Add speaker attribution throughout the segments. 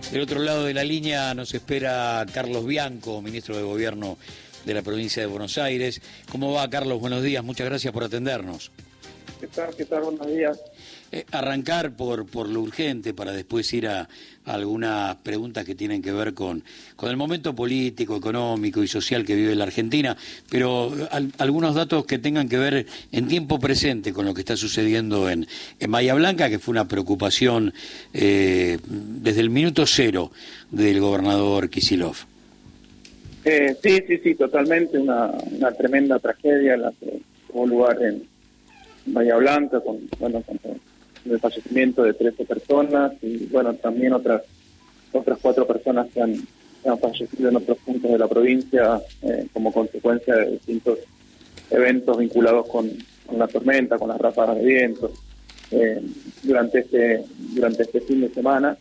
Speaker 1: Del otro lado de la línea nos espera Carlos Bianco, ministro de Gobierno de la provincia de Buenos Aires. ¿Cómo va, Carlos? Buenos días, muchas gracias por atendernos.
Speaker 2: ¿Qué tal? Buenos días.
Speaker 1: Arrancar por lo urgente para después ir a algunas preguntas que tienen que ver con el momento político, económico y social que vive la Argentina, pero algunos datos que tengan que ver en tiempo presente con lo que está sucediendo en Bahía Blanca, que fue una preocupación desde el minuto cero del gobernador Kicillof.
Speaker 2: Sí, totalmente, una tremenda tragedia la que tuvo lugar en Bahía Blanca con el fallecimiento de 13 personas y también otras 4 personas que han fallecido en otros puntos de la provincia como consecuencia de distintos eventos vinculados con la tormenta, con las ráfagas de viento. Durante este fin de semana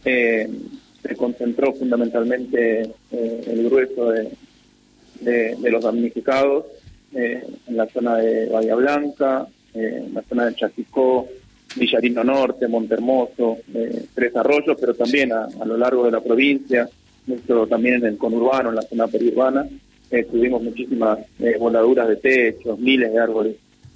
Speaker 2: se concentró fundamentalmente el grueso de los damnificados en la zona de Bahía Blanca, en la zona de Chasicó, Villarino Norte, Montehermoso, Tres Arroyos, pero también a lo largo de la provincia, mucho también en el conurbano, en la zona periurbana. Tuvimos muchísimas voladuras de techos, miles de árboles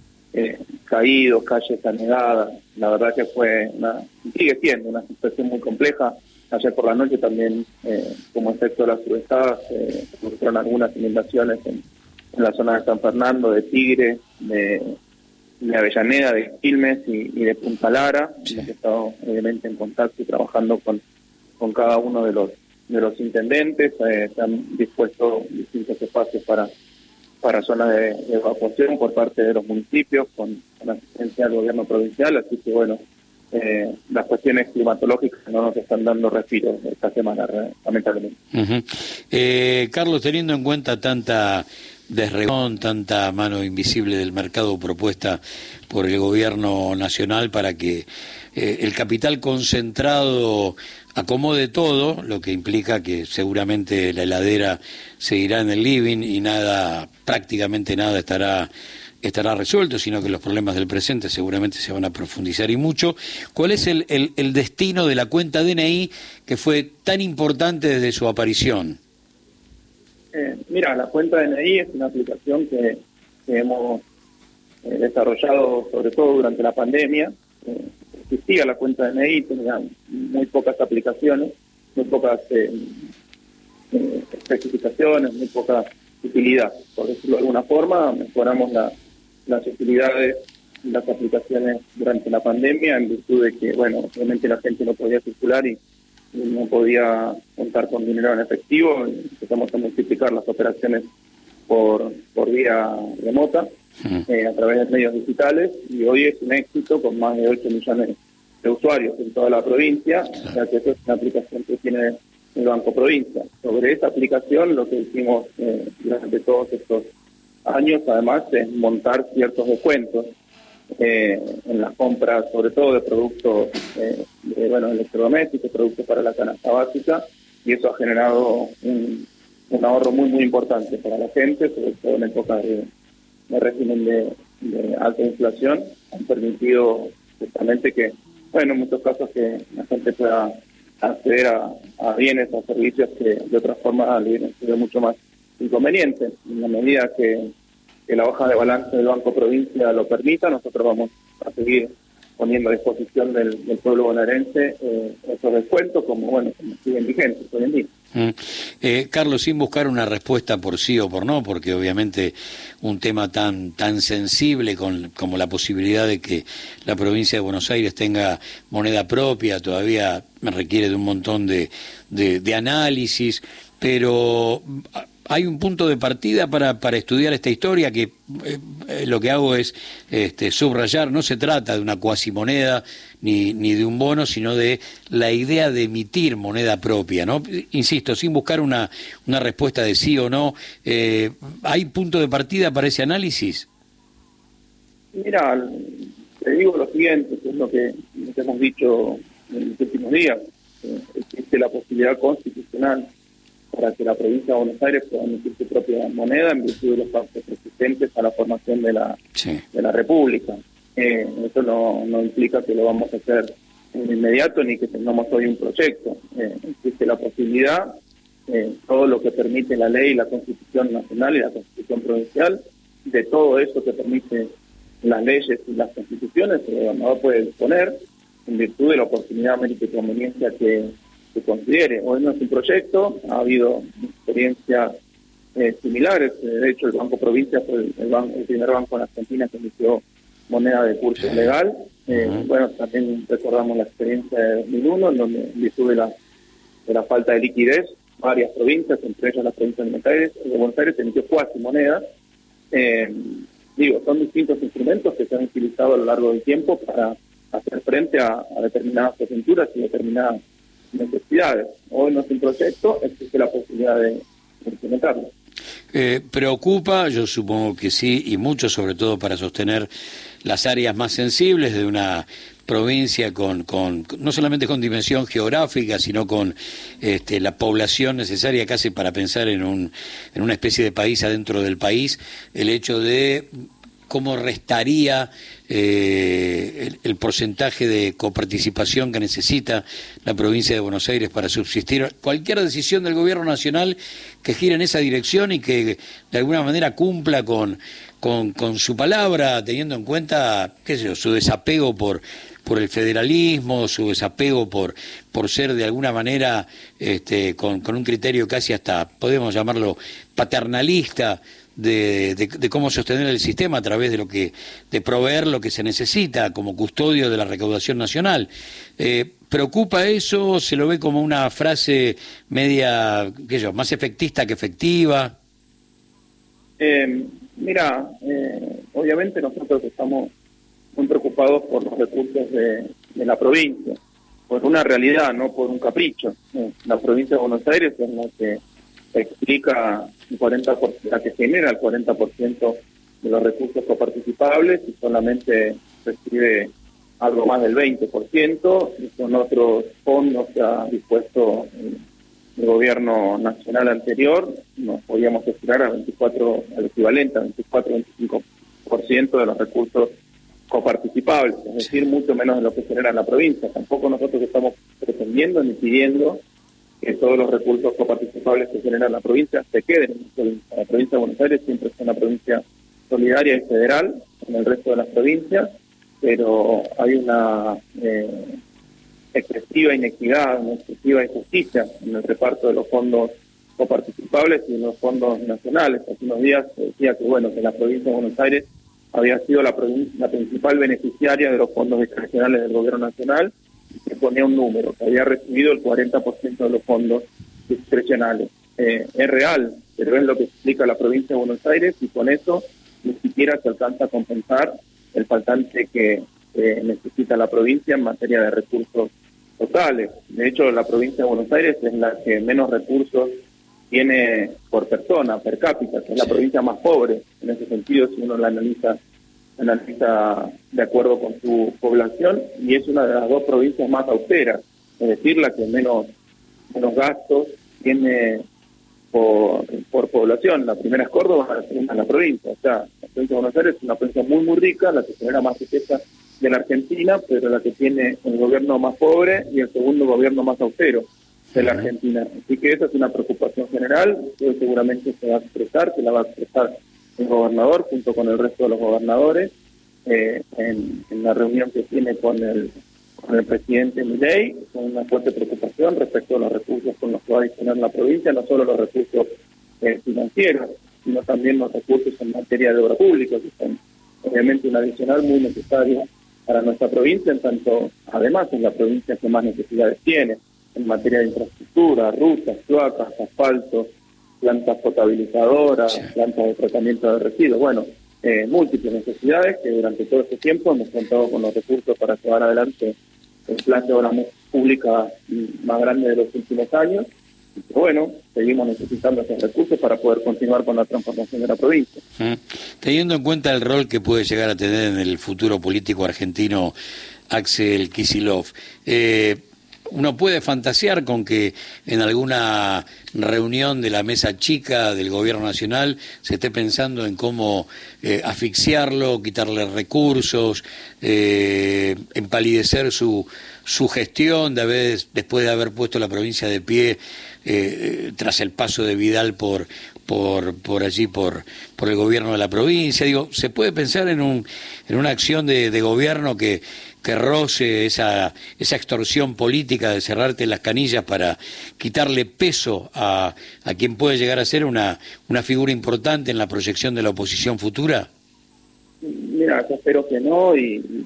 Speaker 2: caídos, calles anegadas. La verdad que sigue siendo una situación muy compleja. Ayer por la noche también, como efecto de las cruzadas, se produjeron algunas inundaciones en la zona de San Fernando, de Tigre, de Avellaneda, de Quilmes y de Punta Lara. Sí. Hemos estado obviamente en contacto y trabajando con cada uno de los intendentes. Se han dispuesto distintos espacios para zonas de evacuación por parte de los municipios con asistencia del gobierno provincial, así que las cuestiones climatológicas no nos están dando respiro esta semana, lamentablemente.
Speaker 1: Carlos, teniendo en cuenta tanta desregón, tanta mano invisible del mercado propuesta por el gobierno nacional para que el capital concentrado acomode todo, lo que implica que seguramente la heladera seguirá en el living y prácticamente nada estará resuelto, sino que los problemas del presente seguramente se van a profundizar y mucho. ¿Cuál es el destino de la cuenta DNI que fue tan importante desde su aparición?
Speaker 2: Mira, la cuenta DNI es una aplicación que hemos desarrollado sobre todo durante la pandemia. Existía la cuenta DNI, tenía muy pocas aplicaciones, muy pocas especificaciones, muy poca utilidad. Por decirlo de alguna forma, mejoramos las utilidades y las aplicaciones durante la pandemia en virtud de que, obviamente la gente no podía circular y no podía contar con dinero en efectivo. Empezamos a multiplicar las operaciones por vía remota a través de medios digitales, y hoy es un éxito con más de 8 millones de usuarios en toda la provincia, ya que es una aplicación que tiene el Banco Provincia. Sobre esa aplicación lo que hicimos durante todos estos años, además, es montar ciertos descuentos en las compras, sobre todo de productos electrodomésticos, productos para la canasta básica, y eso ha generado un ahorro muy muy importante para la gente, sobre todo en épocas de régimen de alta inflación. Han permitido justamente que, en muchos casos, que la gente pueda acceder a bienes, a servicios que de otra forma le hubieran sido mucho más inconvenientes. En la medida que la hoja de balance del Banco Provincia lo permita, nosotros vamos a seguir poniendo a disposición del pueblo bonaerense esos descuentos como siguen vigentes hoy en día.
Speaker 1: Carlos, sin buscar una respuesta por sí o por no, porque obviamente un tema tan sensible como la posibilidad de que la provincia de Buenos Aires tenga moneda propia todavía requiere de un montón de análisis, pero hay un punto de partida para estudiar esta historia que lo que hago es subrayar. No se trata de una cuasimoneda ni de un bono, sino de la idea de emitir moneda propia, ¿no? Insisto, sin buscar una respuesta de sí o no, ¿hay punto de partida para ese análisis?
Speaker 2: Mira, te digo lo siguiente, que es lo que hemos dicho en los últimos días. Existe la posibilidad constitucional para que la provincia de Buenos Aires pueda emitir su propia moneda en virtud de los pactos existentes a la formación de la República. Eso no implica que lo vamos a hacer en inmediato ni que tengamos hoy un proyecto. Existe la posibilidad, todo lo que permite la ley, la Constitución Nacional y la Constitución Provincial, de todo eso que permite las leyes y las constituciones, el gobernador puede disponer en virtud de la oportunidad, mérito y conveniencia que considere. Hoy no es un proyecto, ha habido experiencias similares. De hecho, el Banco Provincia fue el primer banco en Argentina que emitió moneda de curso legal. Bueno, también recordamos la experiencia de 2001, en donde, en virtud de la falta de liquidez, varias provincias, entre ellas la provincia de Buenos Aires, emitió cuasi moneda. Son distintos instrumentos que se han utilizado a lo largo del tiempo para hacer frente a determinadas coyunturas y determinadas necesidades. Hoy no es un proyecto, existe la posibilidad de implementarlo.
Speaker 1: ¿Preocupa? Yo supongo que sí, y mucho, sobre todo para sostener las áreas más sensibles de una provincia con no solamente con dimensión geográfica, sino con la población necesaria casi para pensar en una especie de país adentro del país, el hecho de cómo restaría el porcentaje de coparticipación que necesita la provincia de Buenos Aires para subsistir. Cualquier decisión del gobierno nacional que gire en esa dirección y que de alguna manera cumpla con su palabra, teniendo en cuenta, qué sé yo, su desapego por el federalismo, su desapego por ser de alguna manera con un criterio casi hasta, podemos llamarlo, paternalista, de cómo sostener el sistema a través de proveer lo que se necesita como custodio de la recaudación nacional. ¿Preocupa eso? ¿Se lo ve como una frase media, qué sé yo, más efectista que efectiva?
Speaker 2: Obviamente nosotros estamos muy preocupados por los recursos de la provincia, por una realidad, no por un capricho. La provincia de Buenos Aires es la que explica la que genera el 40% de los recursos coparticipables y solamente recibe algo más del 20%, y con otros fondos que ha dispuesto el gobierno nacional anterior, nos podíamos estirar al equivalente a 24-25% de los recursos coparticipables, es decir, mucho menos de lo que genera la provincia. Tampoco nosotros estamos pretendiendo ni pidiendo que todos los recursos coparticipables que genera la provincia se queden en la provincia. La provincia de Buenos Aires siempre es una provincia solidaria y federal con el resto de las provincias, pero hay una excesiva inequidad, una excesiva injusticia en el reparto de los fondos coparticipables y de los fondos nacionales. Hace unos días se decía que la provincia de Buenos Aires había sido la principal beneficiaria de los fondos discrecionales del gobierno nacional, que ponía un número, que había recibido el 40% de los fondos discrecionales. Es real, pero es lo que explica la provincia de Buenos Aires, y con eso ni siquiera se alcanza a compensar el faltante que necesita la provincia en materia de recursos totales. De hecho, la provincia de Buenos Aires es la que menos recursos tiene por persona, per cápita, que es la provincia más pobre. En ese sentido, si uno la analiza de acuerdo con su población, y es una de las dos provincias más austeras, es decir, la que menos gastos tiene por población. La primera es Córdoba, la segunda es la provincia. O sea, la provincia de Buenos Aires es una provincia muy, muy rica, la que genera más riqueza de la Argentina, pero la que tiene el gobierno más pobre y el segundo gobierno más austero de la Argentina. Así que esa es una preocupación general, que seguramente se va a expresar, que la va a expresar el gobernador junto con el resto de los gobernadores en la reunión que tiene con el presidente Milei, con una fuerte preocupación respecto a los recursos con los que va a disponer la provincia, no solo los recursos financieros, sino también los recursos en materia de obra pública, que son obviamente un adicional muy necesario para nuestra provincia, en tanto además es la provincia que más necesidades tiene en materia de infraestructura, rutas, cloacas, asfaltos, plantas potabilizadoras, plantas de tratamiento de residuos, múltiples necesidades que durante todo este tiempo hemos contado con los recursos para llevar adelante el plan de obra pública más grande de los últimos años. Pero seguimos necesitando esos recursos para poder continuar con la transformación de la provincia.
Speaker 1: Teniendo en cuenta el rol que puede llegar a tener en el futuro político argentino Axel Kicillof, uno puede fantasear con que en alguna reunión de la mesa chica del gobierno nacional se esté pensando en cómo asfixiarlo, quitarle recursos, empalidecer su su gestión, después de haber puesto la provincia de pie tras el paso de Vidal por allí, por el gobierno de la provincia. Digo, ¿se puede pensar en una acción de gobierno que roce esa extorsión política de cerrarte las canillas para quitarle peso a quien puede llegar a ser una figura importante en la proyección de la oposición futura?
Speaker 2: Mira, yo espero que no, y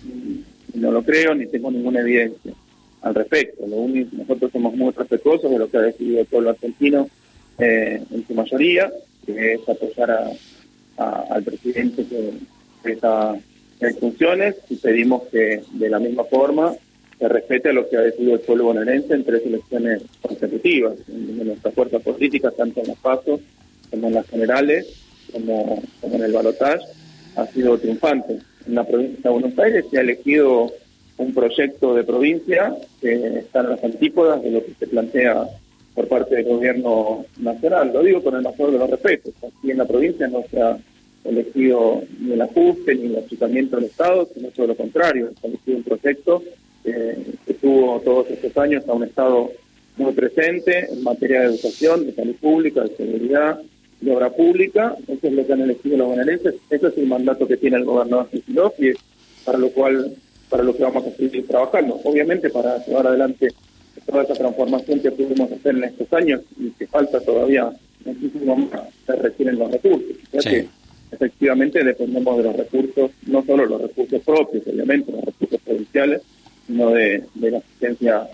Speaker 2: no lo creo, ni tengo ninguna evidencia al respecto. Nosotros somos muy respetuosos de lo que ha decidido el pueblo argentino en su mayoría, que es apoyar al presidente que está en funciones, y pedimos que de la misma forma se respete a lo que ha decidido el pueblo bonaerense en 3 elecciones consecutivas, en nuestras fuerzas políticas, tanto en las PASO como en las generales, como en el balotaje, ha sido triunfante. En la provincia de Buenos Aires se ha elegido un proyecto de provincia que está en las antípodas de lo que se plantea por parte del gobierno nacional. Lo digo con el mayor de los respetos. Aquí en la provincia no se ha elegido ni el ajuste ni el achicamiento del Estado, sino todo lo contrario. Se ha elegido un proyecto que tuvo todos estos años a un Estado muy presente en materia de educación, de salud pública, de seguridad, de obra pública. Eso es lo que han elegido los bonaerenses. Ese es el mandato que tiene el gobernador Kicillof, y es para lo que vamos a seguir trabajando. Obviamente, para llevar adelante toda esa transformación que pudimos hacer en estos años, y que falta todavía muchísimo más, se requieren los recursos. O sea que efectivamente dependemos de los recursos, no solo los recursos propios, obviamente, los recursos provinciales, sino de la asistencia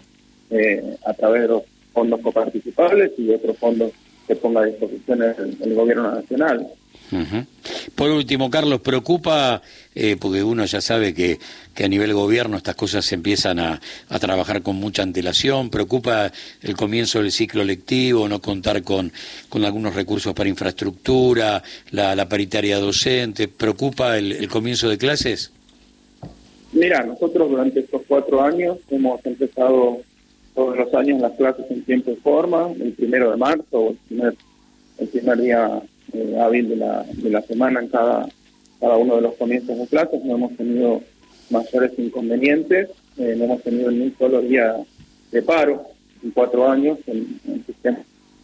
Speaker 2: a través de los fondos coparticipables y de otros fondos que ponga a disposición el gobierno nacional.
Speaker 1: Uh-huh. Por último, Carlos, preocupa, porque uno ya sabe que a nivel gobierno estas cosas se empiezan a trabajar con mucha antelación, preocupa el comienzo del ciclo lectivo, no contar con algunos recursos para infraestructura, la paritaria docente, ¿preocupa el comienzo de clases?
Speaker 2: Mira, nosotros durante estos 4 años hemos empezado todos los años las clases en tiempo y forma, el 1 de marzo, el primer día hábil de la semana en cada uno de los comienzos de clases. No hemos tenido mayores inconvenientes, no hemos tenido ni un solo día de paro en 4 años en el sistema.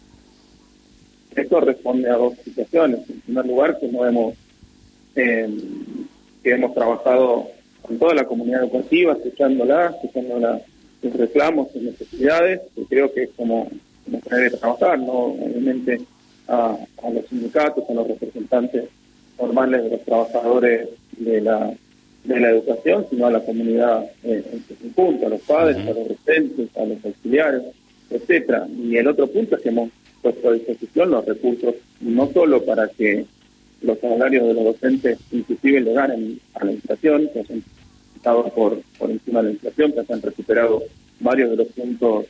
Speaker 2: Esto responde a 2 situaciones. En primer lugar, que hemos trabajado con toda la comunidad educativa, escuchándola, sus reclamos, sus necesidades, que creo que es como se debe trabajar, ¿no? Obviamente a los sindicatos, a los representantes formales de los trabajadores de la educación, sino a la comunidad en su conjunto, a los padres, a los docentes, a los auxiliares, etcétera. Y el otro punto es que hemos puesto a disposición los recursos, no solo para que los salarios de los docentes inclusive le ganen a la inflación, que hayan estado por encima de la inflación, que se han recuperado varios de los puntos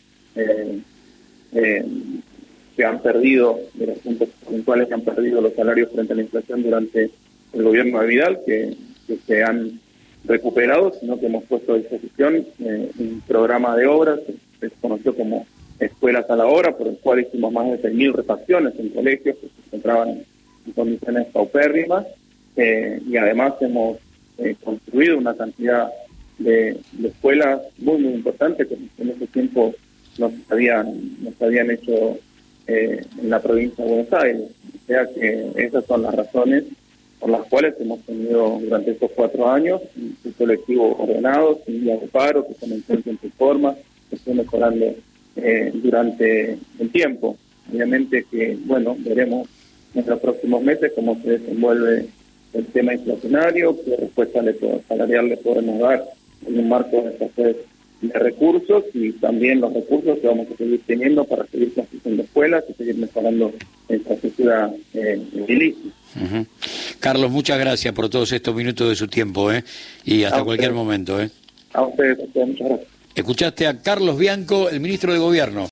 Speaker 2: que han perdido, de los puntos puntuales que han perdido los salarios frente a la inflación durante el gobierno de Vidal, que se han recuperado, sino que hemos puesto a disposición un programa de obras que se conoció como Escuelas a la Obra, por el cual hicimos más de 6.000 refacciones en colegios que se encontraban en condiciones paupérrimas, y además hemos construido una cantidad de escuelas muy importantes que en ese tiempo no se habían hecho en la provincia de Buenos Aires. O sea que esas son las razones por las cuales hemos tenido durante estos 4 años un colectivo ordenado, sin día de paro, que se mantiene en su forma, que esté mejorando durante el tiempo. Obviamente que, veremos en los próximos meses cómo se desenvuelve el tema inflacionario, qué respuesta salarial le podemos dar en un marco de escasez de recursos, y también los recursos que vamos a seguir teniendo para seguir construyendo escuelas y seguir mejorando la infraestructura edilicia.
Speaker 1: Uh-huh. Carlos, muchas gracias por todos estos minutos de su tiempo, y hasta cualquier momento.
Speaker 2: A ustedes, muchas gracias.
Speaker 1: Escuchaste a Carlos Bianco, el ministro de Gobierno.